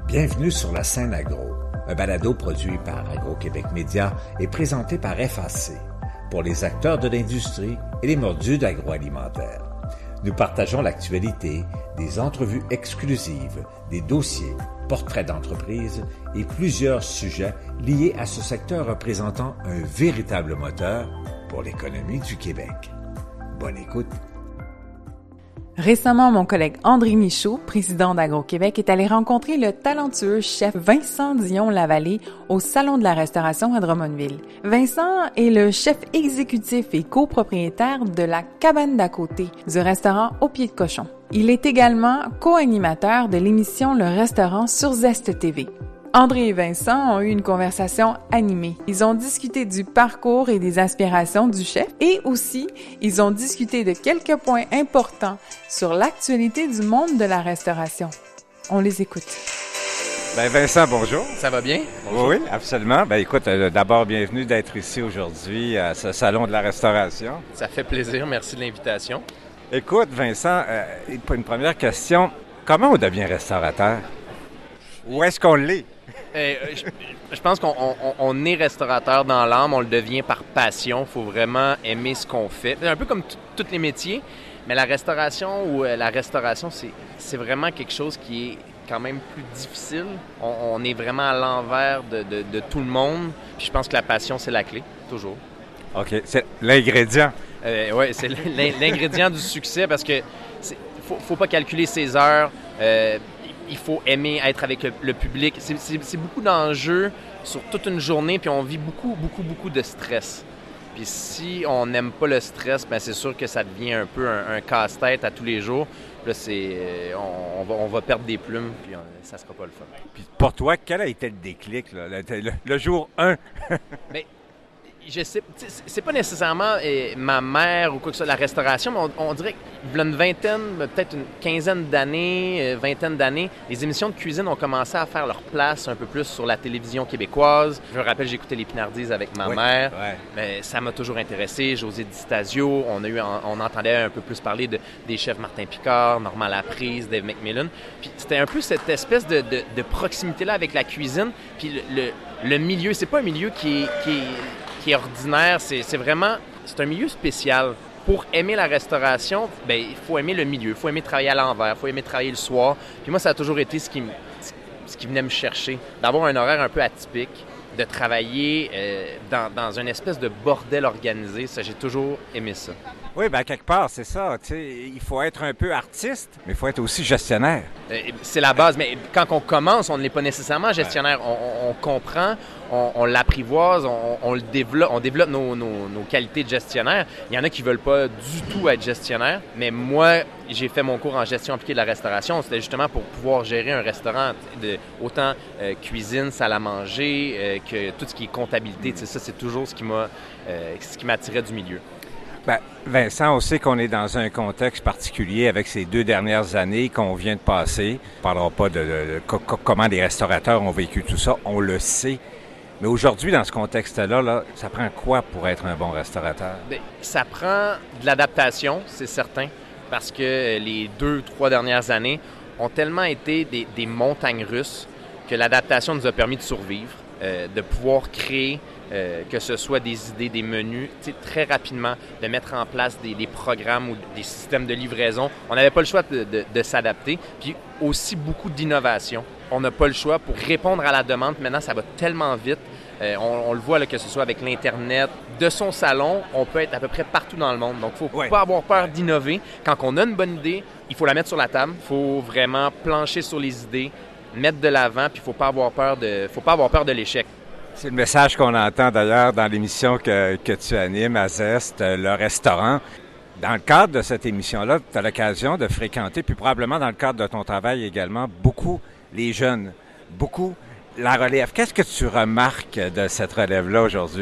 Bienvenue sur la scène agro, un balado produit par Agro-Québec Média et présenté par FAC, pour les acteurs de l'industrie et les mordus d'agroalimentaire. Nous partageons l'actualité, des entrevues exclusives, des dossiers, portraits d'entreprises et plusieurs sujets liés à ce secteur représentant un véritable moteur pour l'économie du Québec. Bonne écoute! Récemment, mon collègue André Michaud, président d'Agro-Québec, est allé rencontrer le talentueux chef Vincent Dion-Lavallée au Salon de la Restauration à Drummondville. Vincent est le chef exécutif et copropriétaire de la Cabane d'à côté, du restaurant Au Pied de Cochon. Il est également co-animateur de l'émission Le Restaurant sur Zest TV. André et Vincent ont eu une conversation animée. Ils ont discuté du parcours et des aspirations du chef et aussi, ils ont discuté de quelques points importants sur l'actualité du monde de la restauration. On les écoute. Ben Vincent, bonjour. Ça va bien? Bonjour. Oui, absolument. Ben écoute, d'abord, bienvenue d'être ici aujourd'hui à ce Salon de la Restauration. Ça fait plaisir. Merci de l'invitation. Écoute, Vincent, une première question. Comment on devient restaurateur? Où est-ce qu'on l'est? Je pense qu'on est restaurateur dans l'âme, on le devient par passion. Il faut vraiment aimer ce qu'on fait. C'est un peu comme tous les métiers, mais la restauration c'est vraiment quelque chose qui est quand même plus difficile. On est vraiment à l'envers de tout le monde. Puis je pense que la passion, c'est la clé, toujours. OK, c'est l'ingrédient. Oui, c'est l'ingrédient du succès parce que faut pas calculer ses heures. Il faut aimer être avec le public. C'est beaucoup d'enjeux sur toute une journée, puis on vit beaucoup de stress. Puis si on n'aime pas le stress, bien c'est sûr que ça devient un peu un casse-tête à tous les jours. Puis là, on va perdre des plumes, puis ça sera pas le fun. Puis pour toi, quel a été le déclic, là, le jour 1? Bien, je sais, c'est pas nécessairement ma mère ou quoi que ce soit, la restauration, mais on dirait qu'il y a une vingtaine, peut-être une quinzaine d'années, vingtaine d'années, les émissions de cuisine ont commencé à faire leur place un peu plus sur la télévision québécoise. Je me rappelle, j'écoutais Les Pinardises avec ma mère. Ouais. Mais ça m'a toujours intéressé. José Di Stasio, on entendait un peu plus parler des chefs Martin Picard, Normand Laprise, Dave McMillan. Puis c'était un peu cette espèce de proximité-là avec la cuisine. Puis le milieu, c'est pas un milieu qui est ordinaire, c'est un milieu spécial. Pour aimer la restauration, bien, il faut aimer le milieu, il faut aimer travailler à l'envers, il faut aimer travailler le soir. Puis moi, ça a toujours été ce qui venait me chercher, d'avoir un horaire un peu atypique, de travailler dans une espèce de bordel organisé. Ça, j'ai toujours aimé ça. Oui, bien, quelque part, c'est ça. Tu sais, il faut être un peu artiste, mais il faut être aussi gestionnaire. C'est la base. Mais quand on commence, on ne l'est pas nécessairement gestionnaire. On comprend, on l'apprivoise, on le développe, on développe nos qualités de gestionnaire. Il y en a qui ne veulent pas du tout être gestionnaire, mais moi, j'ai fait mon cours en gestion appliquée de la restauration. C'était justement pour pouvoir gérer un restaurant, autant cuisine, salle à manger, que tout ce qui est comptabilité. Tu sais, ça, c'est toujours ce qui m'attirait du milieu. Bien, Vincent, on sait qu'on est dans un contexte particulier avec ces 2 dernières années qu'on vient de passer. On ne parlera pas de comment les restaurateurs ont vécu tout ça, on le sait. Mais aujourd'hui, dans ce contexte-là, ça prend quoi pour être un bon restaurateur? Bien, ça prend de l'adaptation, c'est certain, parce que les 2-3 dernières années ont tellement été des montagnes russes que l'adaptation nous a permis de survivre, de pouvoir créer que ce soit des idées, des menus, très rapidement, de mettre en place des programmes ou des systèmes de livraison. On n'avait pas le choix de s'adapter. Puis aussi beaucoup d'innovation. On n'a pas le choix pour répondre à la demande. Maintenant, ça va tellement vite. On le voit, là, que ce soit avec l'Internet. De son salon, on peut être à peu près partout dans le monde. Donc, il ne faut pas avoir peur d'innover. Quand on a une bonne idée, il faut la mettre sur la table. Il faut vraiment plancher sur les idées, mettre de l'avant, puis il ne faut pas avoir peur de l'échec. C'est le message qu'on entend d'ailleurs dans l'émission que tu animes à Zest, le restaurant. Dans le cadre de cette émission-là, tu as l'occasion de fréquenter, puis probablement dans le cadre de ton travail également, beaucoup les jeunes, beaucoup la relève. Qu'est-ce que tu remarques de cette relève-là aujourd'hui?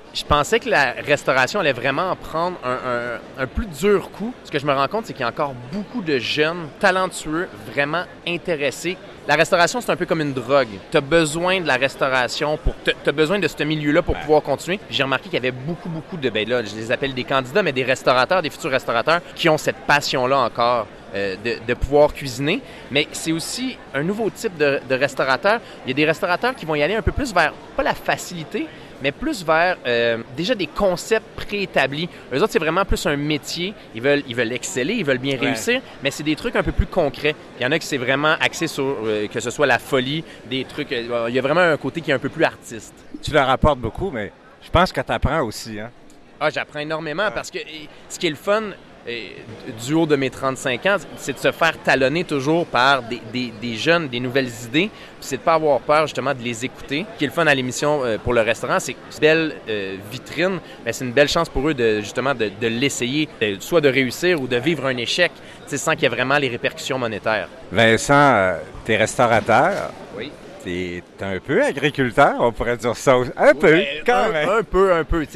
Je pensais que la restauration allait vraiment prendre un plus dur coup. Ce que je me rends compte, c'est qu'il y a encore beaucoup de jeunes, talentueux, vraiment intéressés. La restauration, c'est un peu comme une drogue. Tu as besoin de la restauration, tu as besoin de ce milieu-là pour pouvoir continuer. J'ai remarqué qu'il y avait beaucoup de, là, je les appelle des candidats, mais des restaurateurs, des futurs restaurateurs qui ont cette passion-là encore. De pouvoir cuisiner, mais c'est aussi un nouveau type de restaurateur. Il y a des restaurateurs qui vont y aller un peu plus vers, pas la facilité, mais plus vers déjà des concepts préétablis. Eux autres, c'est vraiment plus un métier. Ils veulent exceller, ils veulent bien réussir, mais c'est des trucs un peu plus concrets. Il y en a qui c'est vraiment axé sur que ce soit la folie, des trucs. Il y a vraiment un côté qui est un peu plus artiste. Tu leur apportes beaucoup, mais je pense que tu apprends aussi, hein? Ah, j'apprends énormément parce que ce qui est le fun, du haut de mes 35 ans, c'est de se faire talonner toujours par des jeunes, des nouvelles idées, puis c'est de ne pas avoir peur justement de les écouter. Ce qui est le fun à l'émission pour le restaurant, c'est une belle vitrine, mais c'est une belle chance pour eux de l'essayer, soit de réussir ou de vivre un échec, sans qu'il y ait vraiment les répercussions monétaires. Vincent, t'es restaurateur. Oui. T'es un peu agriculteur, on pourrait dire ça. Un peu, quand même. Un peu.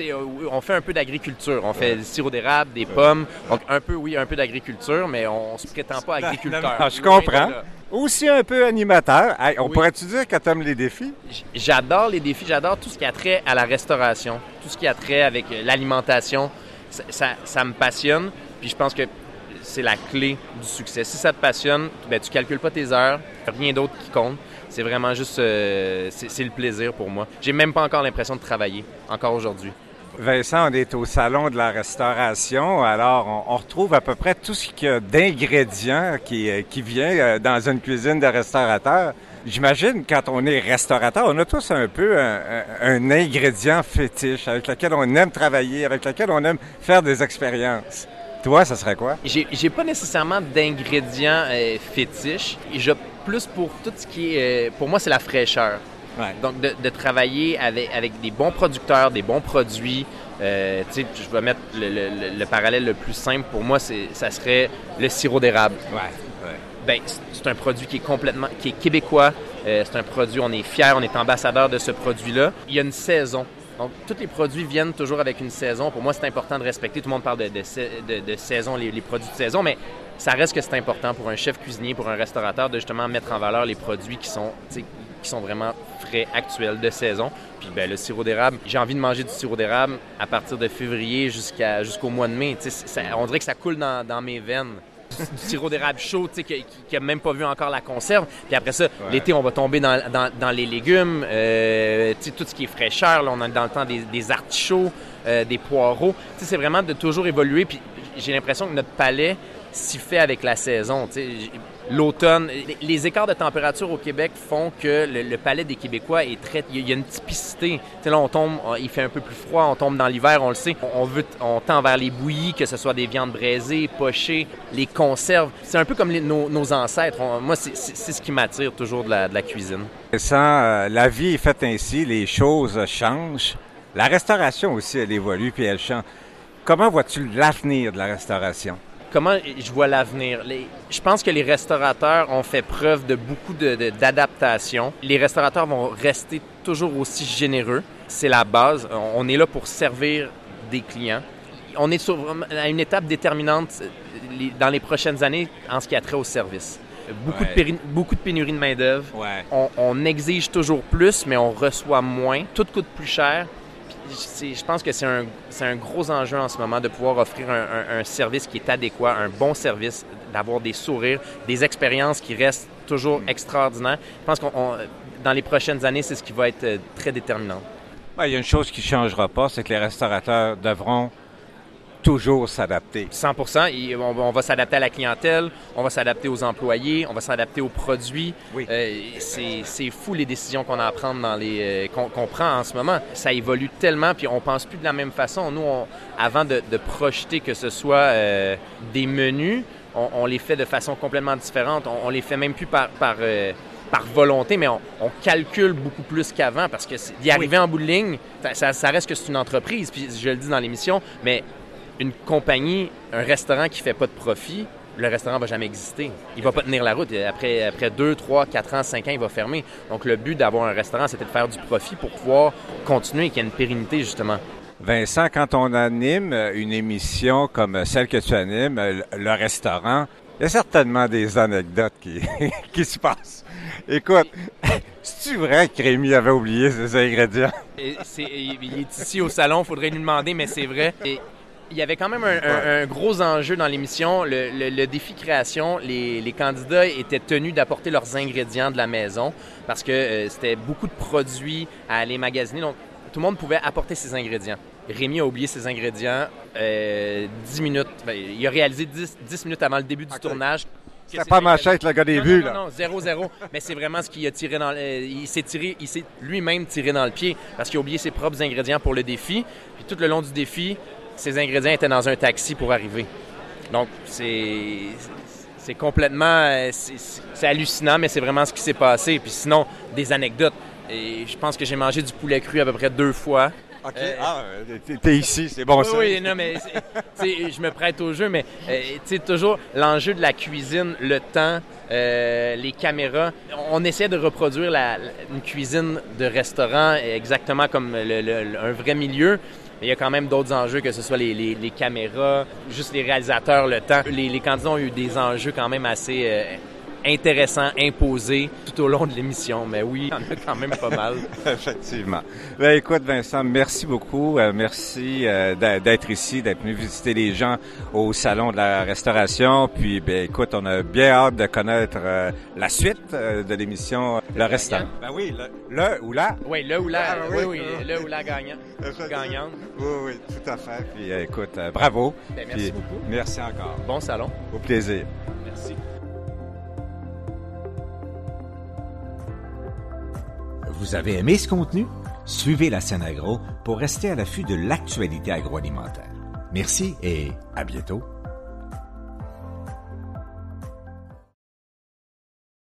On fait un peu d'agriculture. On fait du sirop d'érable, des pommes. Donc, un peu d'agriculture, mais on se prétend pas agriculteur. Non, je comprends. Aussi un peu animateur. Hey, on pourrait-tu dire que t'aimes les défis? J'adore les défis. J'adore tout ce qui a trait à la restauration. Tout ce qui a trait avec l'alimentation. Ça me passionne. Puis je pense que c'est la clé du succès. Si ça te passionne, ben, tu calcules pas tes heures. Rien d'autre qui compte. C'est vraiment juste, c'est le plaisir pour moi. J'ai même pas encore l'impression de travailler, encore aujourd'hui. Vincent, on est au salon de la restauration, alors on retrouve à peu près tout ce qu'il y a d'ingrédients qui vient dans une cuisine de restaurateur. J'imagine, quand on est restaurateur, on a tous un peu un ingrédient fétiche avec lequel on aime travailler, avec lequel on aime faire des expériences. Toi, ça serait quoi? J'ai pas nécessairement d'ingrédients fétiches. Plus pour tout ce qui est... pour moi, c'est la fraîcheur. Ouais. Donc, de travailler avec des bons producteurs, des bons produits. Je vais mettre le parallèle le plus simple. Pour moi, ça serait le sirop d'érable. Ouais. Ben, c'est un produit qui est québécois. C'est un produit, on est fiers, on est ambassadeur de ce produit-là. Il y a une saison. Donc, tous les produits viennent toujours avec une saison. Pour moi, c'est important de respecter. Tout le monde parle de saison, les produits de saison, mais ça reste que c'est important pour un chef cuisinier, pour un restaurateur, de justement mettre en valeur les produits qui sont vraiment frais, actuels, de saison. Puis ben, le sirop d'érable, j'ai envie de manger du sirop d'érable à partir de février jusqu'au mois de mai. On dirait que ça coule dans mes veines. Du sirop d'érable chaud, qui n'a même pas vu encore la conserve. Puis après ça, l'été, on va tomber dans les légumes, tout ce qui est fraîcheur. Là, on est dans le temps des artichauts, des poireaux. C'est vraiment de toujours évoluer. Puis j'ai l'impression que notre palais s'y fait avec la saison. L'automne, les écarts de température au Québec font que le palais des Québécois est il y a une typicité. Là, on tombe, il fait un peu plus froid, on tombe dans l'hiver, on le sait. On tend vers les bouillies, que ce soit des viandes braisées, pochées, les conserves. C'est un peu comme nos ancêtres. Moi, c'est ce qui m'attire toujours de la cuisine. Sans la vie est faite ainsi, les choses changent. La restauration aussi, elle évolue puis elle change. Comment vois-tu l'avenir de la restauration? Comment je vois l'avenir? Je pense que les restaurateurs ont fait preuve de beaucoup d'adaptation. Les restaurateurs vont rester toujours aussi généreux. C'est la base. On est là pour servir des clients. On est à une étape déterminante dans les prochaines années en ce qui a trait au service. Beaucoup de pénurie de main-d'œuvre. Ouais. On exige toujours plus, mais on reçoit moins. Tout coûte plus cher. Je pense que c'est un gros enjeu en ce moment de pouvoir offrir un service qui est adéquat, un bon service, d'avoir des sourires, des expériences qui restent toujours extraordinaires. Je pense dans les prochaines années, c'est ce qui va être très déterminant. Il y a une chose qui ne changera pas, c'est que les restaurateurs devront toujours s'adapter. 100%. On va s'adapter à la clientèle, on va s'adapter aux employés, on va s'adapter aux produits. Oui. C'est fou les décisions qu'on a à prendre qu'on prend en ce moment. Ça évolue tellement, puis on pense plus de la même façon. Nous, avant de projeter que ce soit des menus, on les fait de façon complètement différente. On les fait même plus par volonté, mais on calcule beaucoup plus qu'avant parce que d'y arriver en bout de ligne, ça reste que c'est une entreprise. Puis je le dis dans l'émission, mais une compagnie, un restaurant qui ne fait pas de profit, le restaurant ne va jamais exister. Il ne va pas tenir la route. Après 2, 3, 4 ans, 5 ans, il va fermer. Donc, le but d'avoir un restaurant, c'était de faire du profit pour pouvoir continuer et qu'il y ait une pérennité, justement. Vincent, quand on anime une émission comme celle que tu animes, le restaurant, il y a certainement des anecdotes qui se passent. Écoute, c'est-tu vrai que Rémi avait oublié ses ingrédients? Il est ici au salon, il faudrait lui demander, mais c'est vrai. Et il y avait quand même un gros enjeu dans l'émission. Le défi création, les candidats étaient tenus d'apporter leurs ingrédients de la maison parce que c'était beaucoup de produits à aller magasiner. Donc, tout le monde pouvait apporter ses ingrédients. Rémi a oublié ses ingrédients 10 minutes. Il a réalisé 10 minutes avant le début du tournage. C'était pas Machette, le gars des vues, là. Non, 0-0. Mais c'est vraiment ce qu'il a tiré dans il s'est lui-même tiré dans le pied parce qu'il a oublié ses propres ingrédients pour le défi. Puis tout le long du défi, ses ingrédients étaient dans un taxi pour arriver. Donc, c'est complètement... C'est hallucinant, mais c'est vraiment ce qui s'est passé. Puis sinon, des anecdotes. Et je pense que j'ai mangé du poulet cru à peu près 2 fois. OK. T'es ici, c'est bon ça. Oui, non, mais je me prête au jeu, mais toujours l'enjeu de la cuisine, le temps, les caméras. On essaie de reproduire une cuisine de restaurant exactement comme un vrai milieu. Mais il y a quand même d'autres enjeux, que ce soit les caméras, juste les réalisateurs, le temps. Les candidats ont eu des enjeux quand même assez... intéressant, imposé tout au long de l'émission. Mais oui, il y en a quand même pas mal. Effectivement. Écoute, Vincent, merci beaucoup. Merci d'être ici, d'être venu visiter les gens au Salon de la Restauration. Puis, écoute, on a bien hâte de connaître la suite de l'émission Le Restaurant. Oui, le ou la. Oui, le ou la. Oui, le ou la gagnante. Oui, tout à fait. Puis, écoute, bravo. Merci beaucoup. Merci encore. Bon salon. Au plaisir. Merci. Vous avez aimé ce contenu? Suivez la scène agro pour rester à l'affût de l'actualité agroalimentaire. Merci et à bientôt.